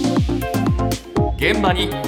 現場に今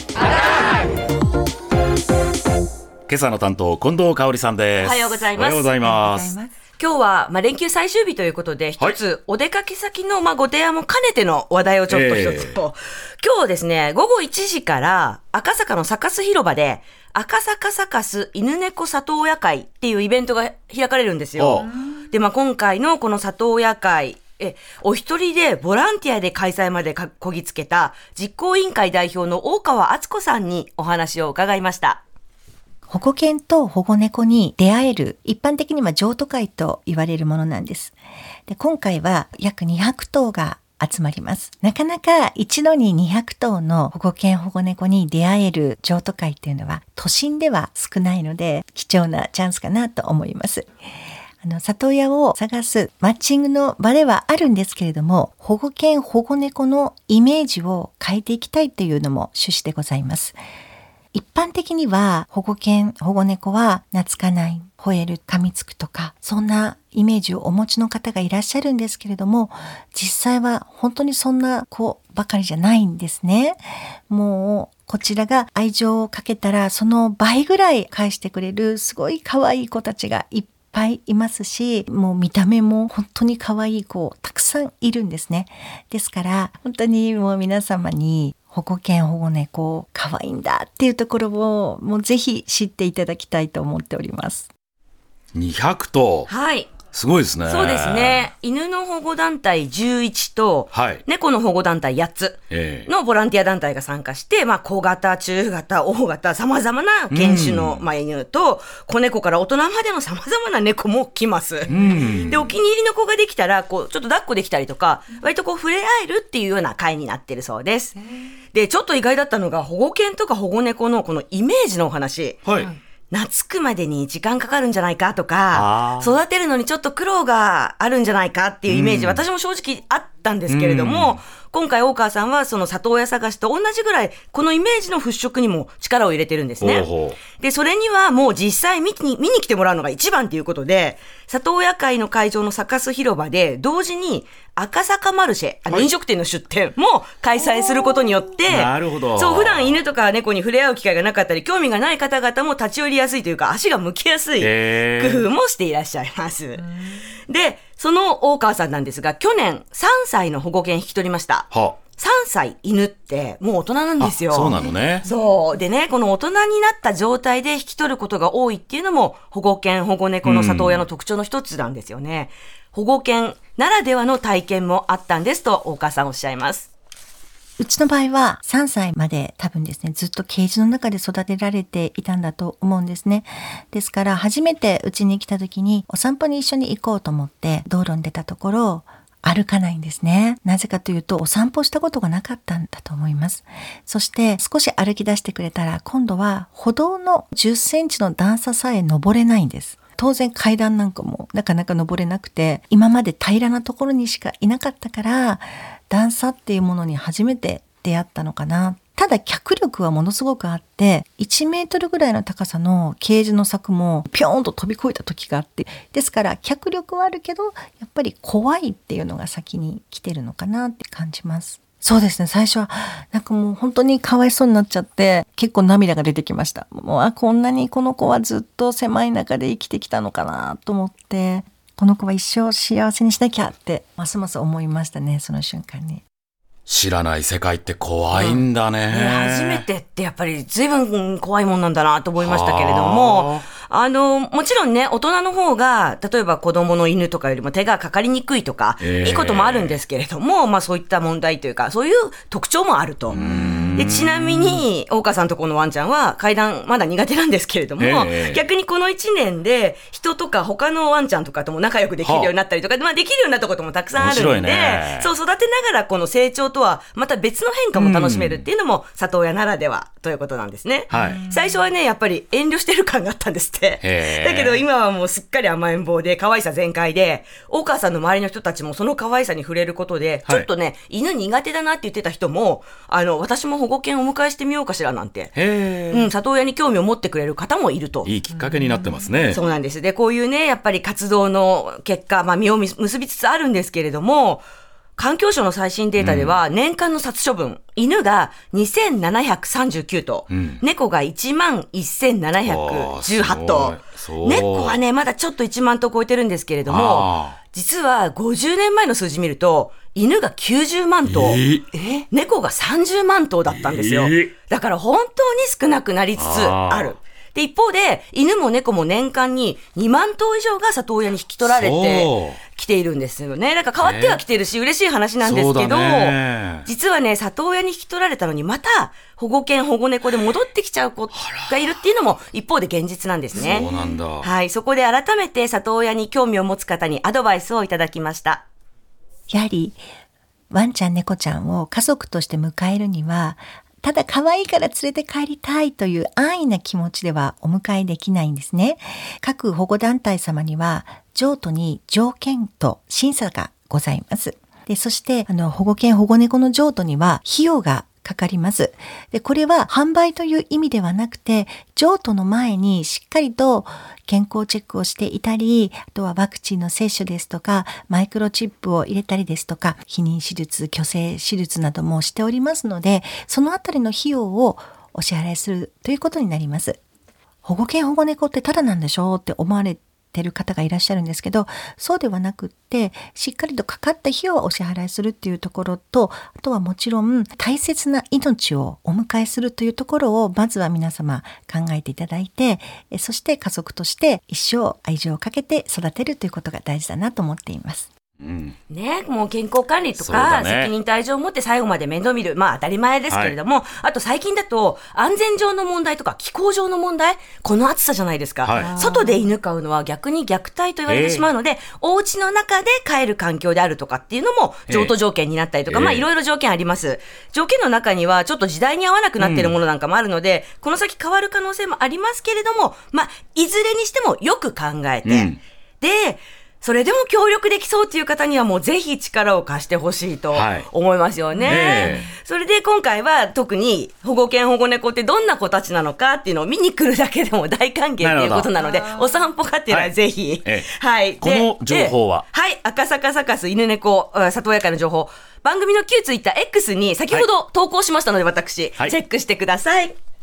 朝の担当近藤香織さんです。 おはようございます。 おはようございます。 今日は連休最終日ということで、一つお出かけ先のご提案も兼ねての話題をちょっと一つと、今日ですね、午後1時から赤坂のサカス広場で赤坂サカス犬猫里親会っていうイベントが開かれるんですよ。で、今回のこの里親会、お一人でボランティアで開催までこぎつけた実行委員会代表の大川敦子さんにお話を伺いました。 保護犬と保護猫に出会える、一般的には譲渡会と言われるものなんです。で、今回は約200頭が集まります。なかなか一度に200頭の保護犬保護猫に出会える譲渡会っていうのは都心では少ないので、貴重なチャンスかなと思います。里親を探すマッチングの場ではあるんですけれども、保護犬保護猫のイメージを変えていきたいというのも趣旨でございます。一般的には保護犬保護猫は懐かない、吠える、噛みつくとか、そんなイメージをお持ちの方がいらっしゃるんですけれども、実際は本当にそんな子ばかりじゃないんですね。もうこちらが愛情をかけたらその倍ぐらい返してくれるすごい可愛い子たちがいっぱいいますし、もう見た目も本当に可愛い子たくさんいるんですね。ですから本当にもう皆様に保護犬保護猫可愛いんだっていうところをもうぜひ知っていただきたいと思っております。 200頭。 はい。 すごいですね。 そうですね。犬の保護団体11と、猫の保護団体8つのボランティア団体が参加して、小型、中型、大型、様々な犬種の犬と、子猫から大人までの様々な猫も来ます。で、お気に入りの子ができたら、ちょっと抱っこできたりとか、割と触れ合えるっていうような会になってるそうです。で、ちょっと意外だったのが、保護犬とか保護猫のこのイメージのお話。懐くまでに時間かかるんじゃないかとか、育てるのにちょっと苦労があるんじゃないかっていうイメージ、私も正直あったんですけれども、今回大川さんはその里親探しと同じぐらいこのイメージの払拭にも力を入れてるんですね。で、それにはもう実際見に来てもらうのが一番ということで、里親会の会場のサカス広場で同時に赤坂マルシェ、飲食店の出店も開催することによって、そう、普段犬とか猫に触れ合う機会がなかったり、興味がない方々も立ち寄りやすいというか、足が向きやすい工夫もしていらっしゃいます。で、その大川さんなんですが、去年3歳の保護犬引き取りました。3歳犬ってもう大人なんですよ。 そうなのね。 そう。でね、この大人になった状態で引き取ることが多いっていうのも、保護犬、保護猫の里親の特徴の一つなんですよね。保護犬ならではの体験もあったんですと大川さんおっしゃいます。 うちの場合は3歳まで多分ですね、ずっとケージの中で育てられていたんだと思うんですね。ですから初めてうちに来た時にお散歩に一緒に行こうと思って道路に出たところ、歩かないんですね。なぜかというとお散歩したことがなかったんだと思います。そして少し歩き出してくれたら今度は歩道の10センチの段差さえ登れないんです。当然階段なんかもなかなか登れなくて、今まで平らなところにしかいなかったから段差っていうものに初めて出会ったのかな。ただ脚力はものすごくあって、1メートルぐらいの高さのケージの柵もピョーンと飛び越えた時があって、ですから脚力はあるけどやっぱり怖いっていうのが先に来てるのかなって感じます。そうですね、最初はなんかもう本当にかわいそうになっちゃって結構涙が出てきました。もうこんなにこの子はずっと狭い中で生きてきたのかなと思って、この子は一生幸せにしなきゃってますます思いましたね、その瞬間に。 知らない世界って怖いんだね。 初めてってやっぱり随分怖いもんなんだなと思いましたけれども、もちろんね、大人の方が例えば子供の犬とかよりも手がかかりにくいとか、いいこともあるんですけれども、そういった問題というかそういう特徴もあると。で、ちなみに大川さんとこのワンちゃんは階段まだ苦手なんですけれども、逆にこの1年で人とか他のワンちゃんとかとも仲良くできるようになったりとか、できるようになったこともたくさんあるので、そう育てながらこの成長とはまた別の変化も楽しめるっていうのも里親ならではということなんですね。最初はね、やっぱり遠慮してる感があったんですって。だけど今はもうすっかり甘えん坊で可愛さ全開で、大川さんの周りの人たちもその可愛さに触れることで、ちょっとね、犬苦手だなって言ってた人も、私も保護犬をお迎えしてみようかしらなんて、里親に興味を持ってくれる方もいると。 いいきっかけになってますね。 そうなんです。で、こういうね、やっぱり活動の結果、実を結びつつあるんですけれども、 環境省の最新データでは、年間の殺処分、犬が2739頭、猫が11,718頭。猫はね、まだちょっと1万頭超えてるんですけれども、実は50年前の数字見ると、犬が90万頭、猫が30万頭だったんですよ。だから本当に少なくなりつつある。で、一方で、犬も猫も年間に2万頭以上が里親に引き取られてきているんですよね。だから変わってはきてるし、嬉しい話なんですけど、実はね、里親に引き取られたのに、また保護犬、保護猫で戻ってきちゃう子がいるっていうのも一方で現実なんですね。 そうなんだ。 はい、そこで改めて里親に興味を持つ方にアドバイスをいただきました。 やはり、ワンちゃん、猫ちゃんを家族として迎えるには、ただ可愛いから連れて帰りたいという安易な気持ちではお迎えできないんですね。各保護団体様には譲渡に条件と審査がございます。で、そして保護犬保護猫の譲渡には費用がかかります。で、これは販売という意味ではなくて、譲渡の前にしっかりと健康チェックをしていたり、あとはワクチンの接種ですとか、マイクロチップを入れたりですとか、避妊手術、去勢手術などもしておりますので、そのあたりの費用をお支払いするということになります。保護犬保護猫ってタダなんでしょうって思われてる方がいらっしゃるんですけど、そうではなくって、しっかりとかかった費用はお支払いするっていうところと、あとはもちろん大切な命をお迎えするというところをまずは皆様考えていただいて、そして家族として一生愛情をかけて育てるということが大事だなと思っています。 ね、もう健康管理とか、責任と愛情を持って最後まで面倒見る、まあ当たり前ですけれども、あと最近だと安全上の問題とか気候上の問題、この暑さじゃないですか、外で犬飼うのは逆に虐待と言われてしまうので、お家の中で飼える環境であるとかっていうのも譲渡条件になったりとか、まあいろいろ条件あります。条件の中にはちょっと時代に合わなくなっているものなんかもあるので、この先変わる可能性もありますけれども、まあいずれにしてもよく考えて、でそれでも協力できそうという方にはもうぜひ力を貸してほしいと思いますよね。それで今回は特に保護犬保護猫ってどんな子たちなのかっていうのを見に来るだけでも大歓迎ということなので、お散歩がっていうのはぜひ、はい。 この情報は赤坂サカス犬猫里親会の情報、番組の旧ツイッター X に先ほど投稿しましたので、私チェックしてください。